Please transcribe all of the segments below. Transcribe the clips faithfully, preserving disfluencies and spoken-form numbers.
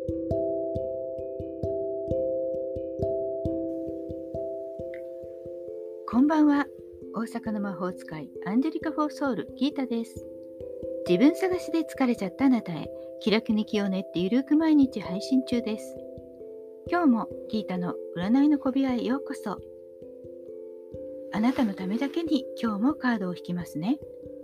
こんばんは。大阪の魔法使いアンジェリカ・フォー・ソウルギータです。自分探しで疲れちゃったあなたへ、気楽に気を練ってゆるく毎日配信中です。今日もギータの占いの小部屋へようこそ。あなたのためだけに今日もカードを引きますね。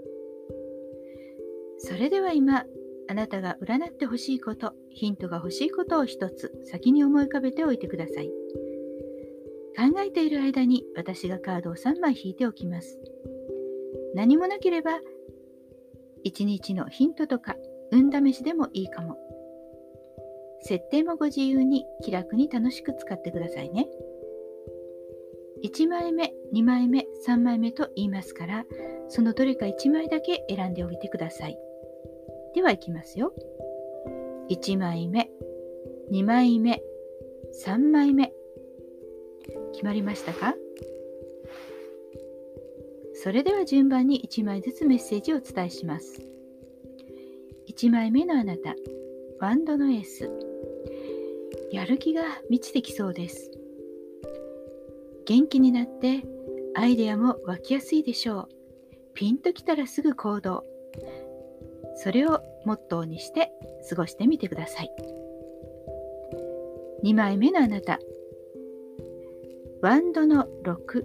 それでは今、あなたが占ってほしいこと、ヒントが欲しいことを一つ先に思い浮かべておいてください。考えている間に私がカードをさんまい引いておきます。何もなければいちにちのヒントとか運試しでもいいかも。設定もご自由に気楽に楽しく使ってくださいね。いちまいめ、にまいめ、さんまいめと言いますから、そのどれかいちまいだけ選んでおいてください。ではいきますよ。いちまいめ、にまいめ、さんまいめ。決まりましたか？それでは順番にいちまいずつメッセージをお伝えします。いちまいめのあなた、ワンドのエース。やる気が満ちてきそうです。元気になってアイデアも湧きやすいでしょう。ピンときたらすぐ行動。それをモットーにして過ごしてみてください。にまいめのあなた、ワンドのろく。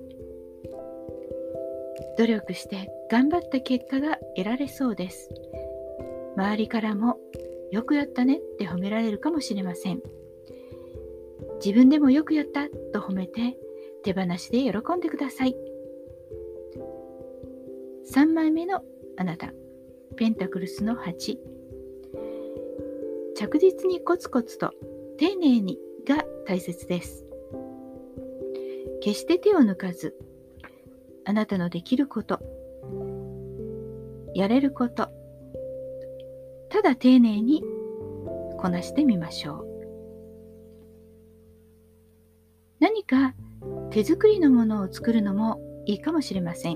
努力して頑張った結果が得られそうです。周りからもよくやったねって褒められるかもしれません。自分でもよくやったと褒めて手放しで喜んでください。さんまいめのあなた、ペンタクルスのはち。着実にコツコツと丁寧にが大切です。決して手を抜かず、あなたのできること、やれること、ただ丁寧にこなしてみましょう。何か手作りのものを作るのもいいかもしれません。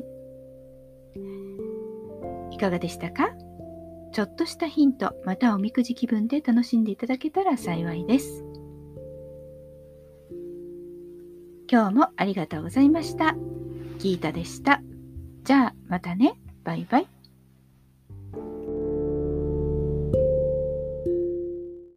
いかがでしたか？ちょっとしたヒント、またおみくじ気分で楽しんでいただけたら幸いです。今日もありがとうございました。ギータでした。じゃあまたね。バイバイ。